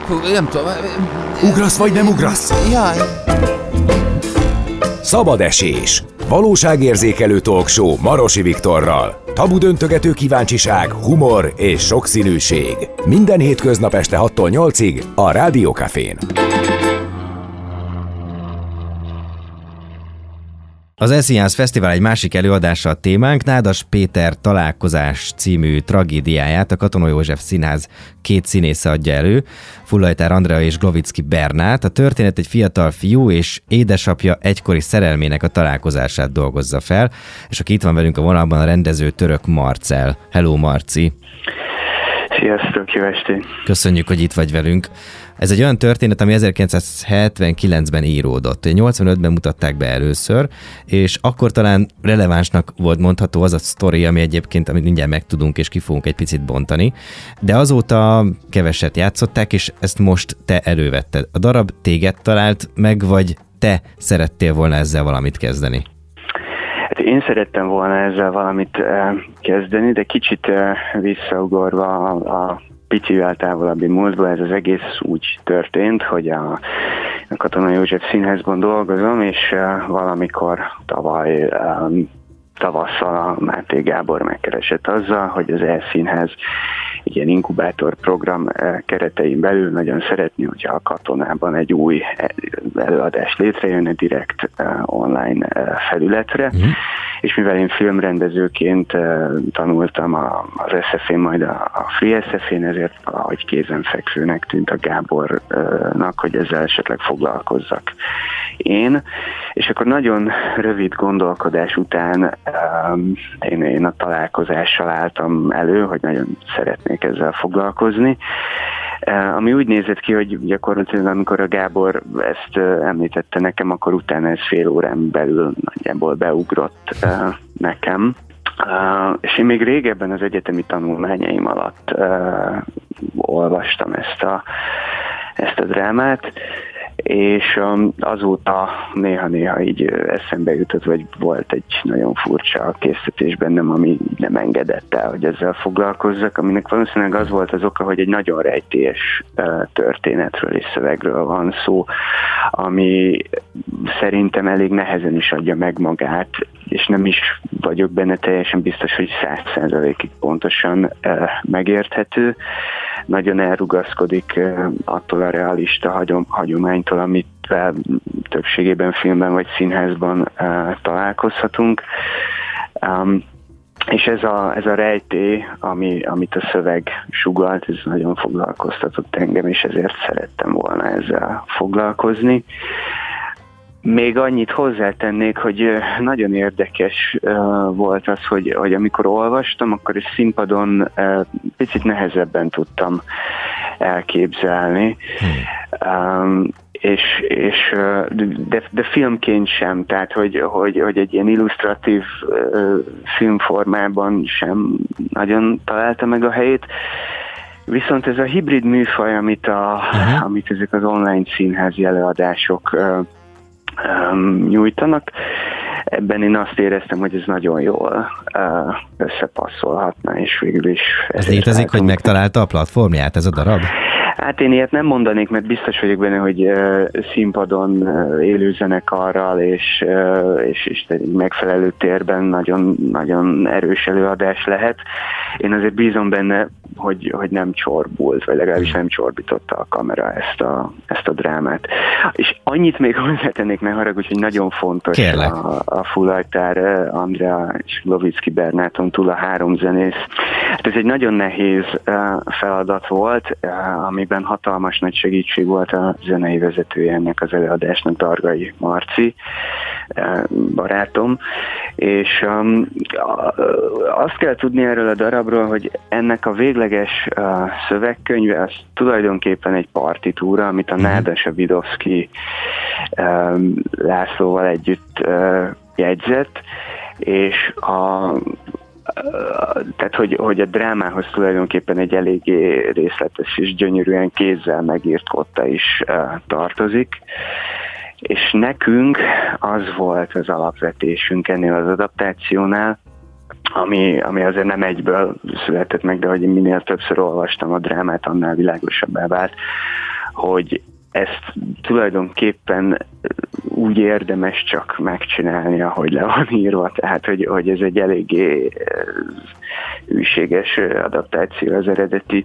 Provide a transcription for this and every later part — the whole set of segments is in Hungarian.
Nem tudom. Ugrasz vagy nem ugrasz? Jaj. Szabad esés. Valóságérzékelő talkshow Marosi Viktorral. Tabu döntögető kíváncsiság, humor és sokszínűség. Minden hétköznap este 6-tól 8-ig a Rádió Cafén. Az Esziánsz Fesztivál egy másik előadása a témánk. Nádas Péter Találkozás című tragédiáját a Katona József Színház két színésze adja elő, Fullajtár Andrea és Glovicki Bernát. A történet egy fiatal fiú és édesapja egykori szerelmének a találkozását dolgozza fel, és aki itt van velünk a vonalban, a rendező Török Marcell. Hello, Marci! Sziasztok, jó estét! Köszönjük, hogy itt vagy velünk. Ez egy olyan történet, ami 1979-ben íródott. 85-ben mutatták be először, és akkor talán relevánsnak volt mondható az a sztori, ami egyébként, amit mindjárt megtudunk, és ki fogunk egy picit bontani. De azóta keveset játszották, és ezt most te elővetted. A darab téged talált meg, vagy te szerettél volna ezzel valamit kezdeni? Hát én szerettem volna ezzel valamit kezdeni, de kicsit visszaugorva a picivel távolabbi múltba, ez az egész úgy történt, hogy a Katona József Színházban dolgozom, és valamikor tavaly tavasszal a Máté Gábor megkeresett azzal, hogy az E-színház egy ilyen inkubátor program keretein belül nagyon szeretné, hogyha a Katonában egy új előadás létrejönne direkt online felületre, és mivel én filmrendezőként tanultam az SF-én, majd a Free SF-én, ezért valahogy kézenfekvőnek tűnt a Gábornak, hogy ezzel esetleg foglalkozzak én. És akkor nagyon rövid gondolkodás után én a találkozással álltam elő, hogy nagyon szeretnék ezzel foglalkozni. Ami úgy nézett ki, hogy gyakorlatilag amikor a Gábor ezt említette nekem, akkor utána ez fél órán belül nagyjából beugrott nekem. És én még régebben az egyetemi tanulmányaim alatt olvastam ezt a drámát, és azóta néha-néha így eszembe jutott, vagy volt egy nagyon furcsa késztetés bennem, ami nem engedett el, hogy ezzel foglalkozzak, aminek valószínűleg az volt az oka, hogy egy nagyon rejtélyes történetről és szövegről van szó, ami szerintem elég nehezen is adja meg magát, és nem is vagyok benne teljesen biztos, hogy 100%-ig pontosan megérthető. Nagyon elrugaszkodik attól a realista hagyománytól, amit többségében filmben vagy színházban találkozhatunk. És ez a rejtély, amit a szöveg sugalt, ez nagyon foglalkoztatott engem, és ezért szerettem volna ezzel foglalkozni. Még annyit hozzátennék, hogy nagyon érdekes volt az, hogy amikor olvastam, akkor is színpadon picit nehezebben elképzelni. De filmként sem, tehát hogy egy ilyen illusztratív filmformában sem nagyon találta meg a helyét. Viszont ez a hibrid műfaj, amit ezek az online színházi előadások nyújtanak, ebben én azt éreztem, hogy ez nagyon jól összepasszolhatna, és végül is... Ez létezik, hogy megtalálta a platformját ez a darab? Hát én ilyet nem mondanék, mert biztos vagyok benne, hogy színpadon élő zenekarral és megfelelő térben nagyon, nagyon erős előadás lehet. Én azért bízom benne, hogy nem csorbult, vagy legalábbis nem csorbította a kamera ezt a drámát. És annyit még hozzátennék, ne haragudj, hogy nagyon fontos a Fullajtár Andrea és Glovicki Bernáton túl a három zenész. Hát ez egy nagyon nehéz feladat volt, amiben hatalmas nagy segítség volt a zenei vezetője ennek az előadásnak, Dargai Marci, barátom, és azt kell tudni erről a darabról, hogy ennek a végleges szövegkönyve az tulajdonképpen egy partitúra, amit a Nádas Vidovszky Lászlóval együtt jegyzett, és tehát, hogy a drámához tulajdonképpen egy eléggé részletes és gyönyörűen kézzel megírt kotta is tartozik, és nekünk az volt az alapvetésünk ennél az adaptációnál, ami azért nem egyből született meg, de hogy minél többször olvastam a drámát, annál világosabbá vált, hogy ezt tulajdonképpen úgy érdemes csak megcsinálni, ahogy le van írva, tehát hogy ez egy eléggé hűséges adaptáció az eredeti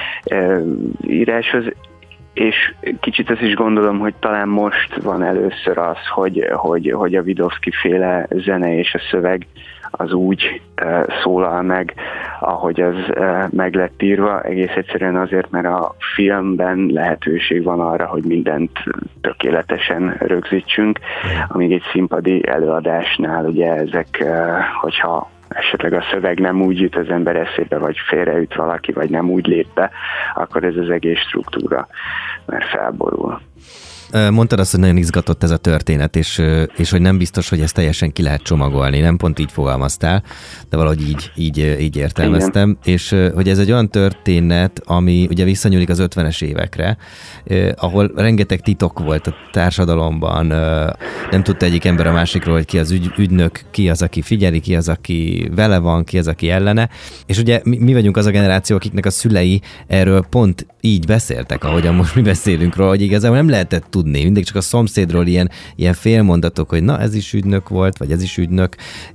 íráshoz, és kicsit azt is gondolom, hogy talán most van először az, hogy a Widowski-féle zene és a szöveg az úgy szólal meg, ahogy az meg lett írva, egész egyszerűen azért, mert a filmben lehetőség van arra, hogy mindent tökéletesen rögzítsünk, amíg egy színpadi előadásnál ugye ezek, hogyha esetleg a szöveg nem úgy jut az ember eszébe, vagy félreüt valaki, vagy nem úgy lép be, akkor ez az egész struktúra már felborul. Mondtad azt, hogy nagyon izgatott ez a történet, és hogy nem biztos, hogy ezt teljesen ki lehet csomagolni. Nem pont így fogalmaztál, de valahogy így értelmeztem. Igen. És hogy ez egy olyan történet, ami ugye visszanyúlik az 50-es évekre, ahol rengeteg titok volt a társadalomban, nem tudta egyik ember a másikról, hogy ki az ügynök, ki az, aki figyeli, ki az, aki vele van, ki az, aki ellene. És ugye mi vagyunk az a generáció, akiknek a szülei erről pont így beszéltek, ahogyan most mi beszélünk róla, hogy igazából nem lehetett tudni. Mindig csak a szomszédról ilyen félmondatok, hogy na, ez is ügynök volt, vagy ez is ügynök,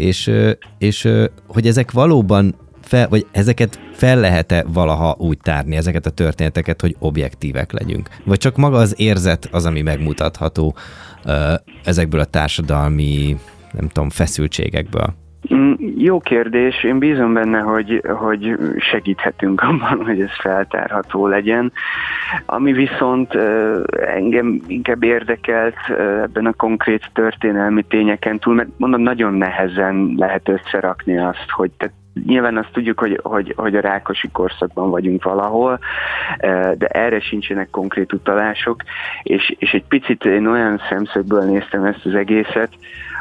és hogy ezek valóban vagy ezeket fel lehet-e valaha úgy tárni, ezeket a történeteket, hogy objektívek legyünk? Vagy csak maga az érzet az, ami megmutatható ezekből a társadalmi, nem tudom, feszültségekből? Jó kérdés. Én bízom benne, hogy segíthetünk abban, hogy ez feltárható legyen. Ami viszont engem inkább érdekelt ebben a konkrét történelmi tényeken túl, mert mondom, nagyon nehezen lehet összerakni azt, hogy nyilván azt tudjuk, hogy a Rákosi korszakban vagyunk valahol, de erre sincsenek konkrét utalások, és egy picit én olyan szemszögből néztem ezt az egészet,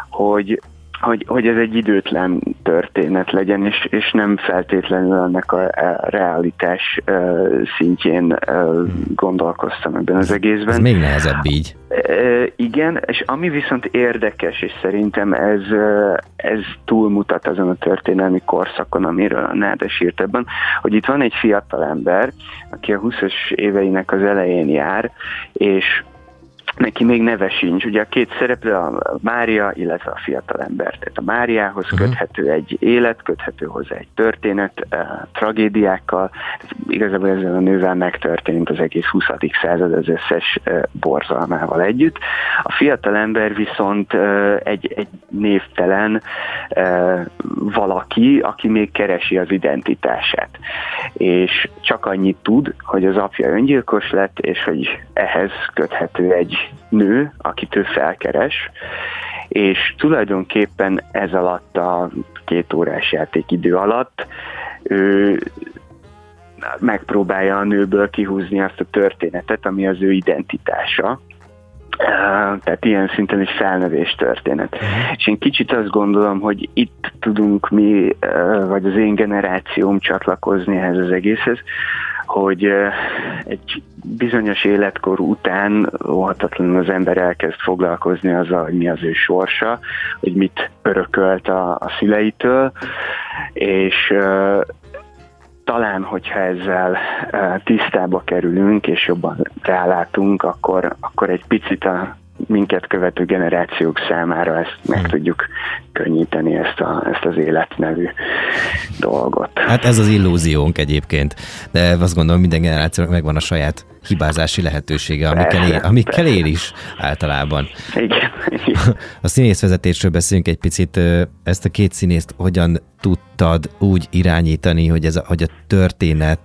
hogy ez egy időtlen történet legyen, és nem feltétlenül ennek a realitás szintjén gondolkoztam ebben az egészben. Ez még nehezebb így. Igen, és ami viszont érdekes, és szerintem ez túlmutat azon a történelmi korszakon, amiről a Nádas írt ebben, hogy itt van egy fiatal ember, aki a 20-as éveinek az elején jár, és neki még neve sincs. Ugye a két szereplő, a Mária, illetve a fiatalember. Tehát a Máriához köthető egy élet, köthető hozzá egy történet, tragédiákkal. Igazából ezzel a nővel megtörtént az egész 20. század az összes borzalmával együtt. A fiatalember viszont egy névtelen valaki, aki még keresi az identitását. És csak annyit tud, hogy az apja öngyilkos lett, és hogy ehhez köthető egy nő, akit ő felkeres, és tulajdonképpen ez alatt a 2 órás játékidő alatt ő megpróbálja a nőből kihúzni azt a történetet, ami az ő identitása. Tehát ilyen szinten is felnövés történet. És én kicsit azt gondolom, hogy itt tudunk mi, vagy az én generációm csatlakozni ehhez az egészhez, hogy egy bizonyos életkor után óhatatlanul az ember elkezd foglalkozni azzal, hogy mi az ő sorsa, hogy mit örökölt a szüleitől, és talán, hogyha ezzel tisztába kerülünk, és jobban rálátunk, akkor egy picit a minket követő generációk számára ezt meg tudjuk könnyíteni, ezt az életnevű dolgot. Hát ez az illúziónk egyébként, de azt gondolom, minden generációnak megvan a saját hibázási lehetősége, amikkel él is általában. Igen. A színészvezetésről beszélünk egy picit, ezt a 2 színészt hogyan tudtad úgy irányítani, hogy a történet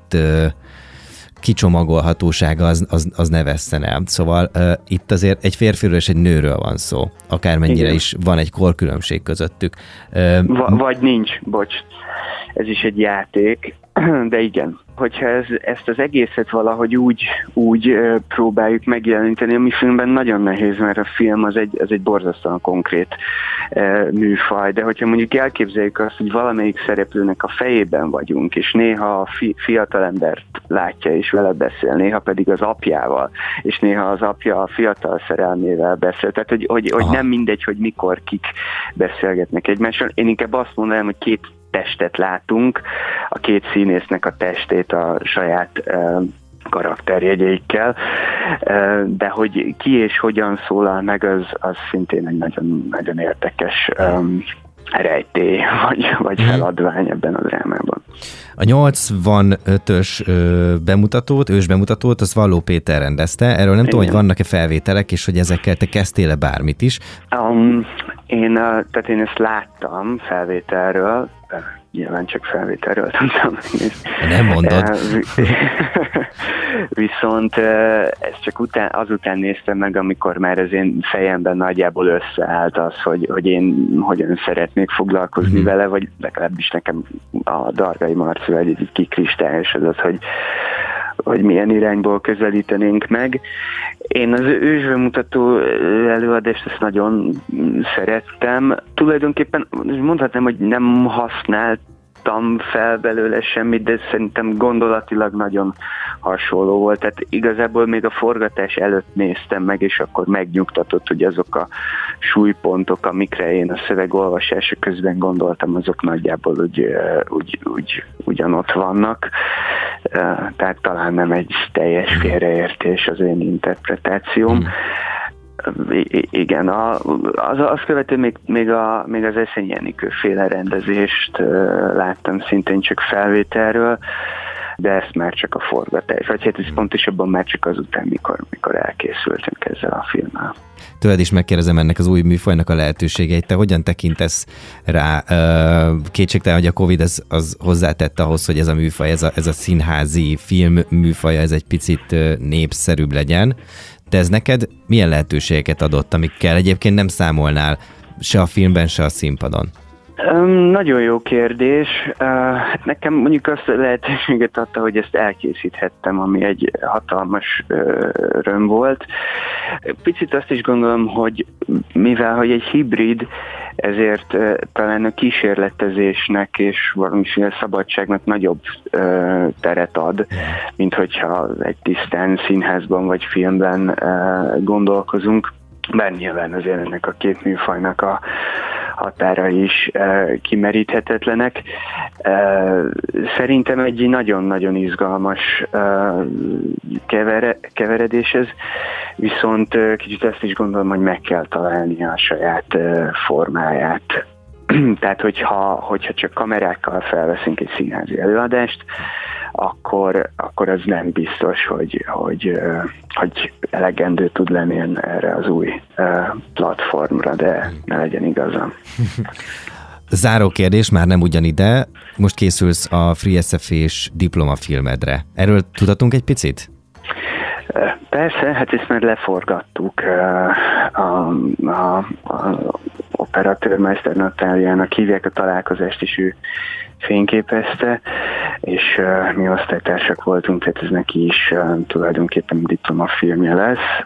kicsomagolhatósága az ne vesszen el. Szóval itt azért egy férfiről és egy nőről van szó, akármennyire igen. is van egy korkülönbség közöttük. Vagy nincs, bocs. Ez is egy játék, de igen. Hogyha ezt az egészet valahogy úgy próbáljuk megjeleníteni, ami filmben nagyon nehéz, mert a film az egy borzasztóan konkrét műfaj, de hogyha mondjuk elképzeljük azt, hogy valamelyik szereplőnek a fejében vagyunk, és néha a fiatalembert látja és vele beszél, néha pedig az apjával, és néha az apja a fiatal szerelmével beszél, tehát hogy nem mindegy, hogy mikor kik beszélgetnek egymással. Én inkább azt mondanám, hogy 2 testet látunk, a 2 színésznek a testét a saját karakterjegyeikkel, de hogy ki és hogyan szólal meg, az szintén egy nagyon, nagyon érdekes rejtély, vagy feladvány ebben a drámában. A 85-ös ősbemutatót, az Valló Péter rendezte. Erről nem tudom, hogy vannak-e felvételek, és hogy ezekkel te kezdtél-e bármit is? Én ezt láttam felvételről, nyilván csak felvételről tudtam megnézni. Nem mondod. Viszont ezt csak azután néztem meg, amikor már az én fejemben nagyjából összeállt az, hogy én hogyan szeretnék foglalkozni vele, vagy legalábbis nekem a Dargai Marcival egy kikristályosodott, hogy milyen irányból közelítenénk meg. Én az ősbemutató előadást ezt nagyon szerettem. Tulajdonképpen mondhatnám, hogy nem használtam fel belőle semmit, de szerintem gondolatilag nagyon hasonló volt. Tehát igazából még a forgatás előtt néztem meg, és akkor megnyugtatott, hogy azok a súlypontok, amikre én a szövegolvasása közben gondoltam, azok nagyjából úgy ugyanott vannak. Tehát talán nem egy teljes félreértés az én interpretációm. Igen, azt követően még az Eszényi Enikő féle rendezést láttam szintén csak felvételről, de ezt már csak a forgatás, vagy hát ez pontosabban már csak azután, mikor elkészültünk ezzel a filmmel. Tőled is megkérdezem ennek az új műfajnak a lehetőségeit. Te hogyan tekintesz rá? Kétségtelen, hogy a Covid az hozzátett ahhoz, hogy ez a műfaj, ez a színházi film műfaja, ez egy picit népszerűbb legyen. De ez neked milyen lehetőségeket adott, amikkel egyébként nem számolnál se a filmben, se a színpadon? Nagyon jó kérdés. Nekem mondjuk azt a lehetőséget adta, hogy ezt elkészíthettem, ami egy hatalmas öröm volt. Picit azt is gondolom, hogy mivel hogy egy hibrid, ezért talán a kísérletezésnek és valamiféle szabadságnak nagyobb teret ad, mint hogyha egy tisztán színházban vagy filmben gondolkozunk. Bár nyilván azért ennek a két műfajnak a határai is kimeríthetetlenek. Szerintem egy nagyon-nagyon izgalmas keveredés ez, viszont kicsit azt is gondolom, hogy meg kell találni a saját formáját. Tehát, hogyha csak kamerákkal felveszünk egy színházi előadást, akkor az nem biztos, hogy elegendő tud lenni erre az új platformra, de ne legyen igazam. Záró kérdés, már nem ugyanide. Most készülsz a Free SF-és diplomafilmedre. Erről tudhatunk egy picit? Persze, hát ezt már leforgattuk. A operatőr Meister Natáliának hívják, a találkozást is ő fényképezte, és mi osztálytársak voltunk, tehát ez neki is tulajdonképpen diplomafilmje lesz.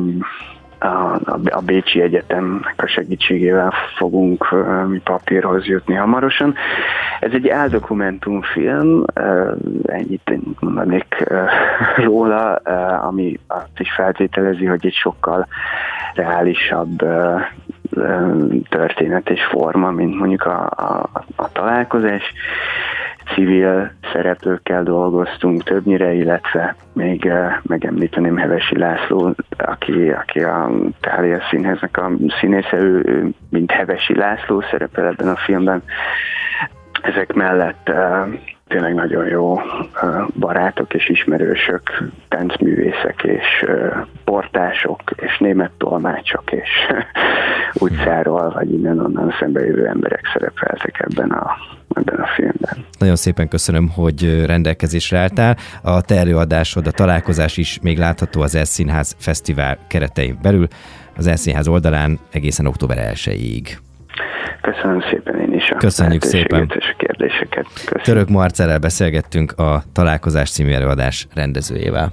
A Bécsi Egyetemnek a segítségével fogunk mi papírhoz jutni hamarosan. Ez egy áldokumentumfilm, ennyit mondanék róla, ami azt is feltételezi, hogy egy sokkal reálisabb történet és forma, mint mondjuk a találkozás. Civil szereplőkkel dolgoztunk többnyire, illetve még megemlíteném Hevesi László, aki a Thália Színháznak a színésze, ő mint Hevesi László szerepel ebben a filmben. Ezek mellett tényleg nagyon jó barátok és ismerősök, táncművészek és portások és német tolmácsok és utcáról vagy innen-onnan szembejövő emberek szerepeltek ebben a filmben. Nagyon szépen köszönöm, hogy rendelkezésre álltál. A te előadásod, a találkozás is még látható az ELszínház Fesztivál keretein belül, az ELszínház oldalán egészen október 1-ig. Köszönöm szépen én is a Köszönjük szépen. És a kérdéseket. Köszönöm. Török Marcellel beszélgettünk, a Találkozás című előadás rendezőjével.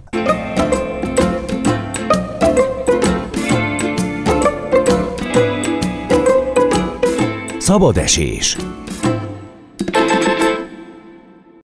Szabad esés.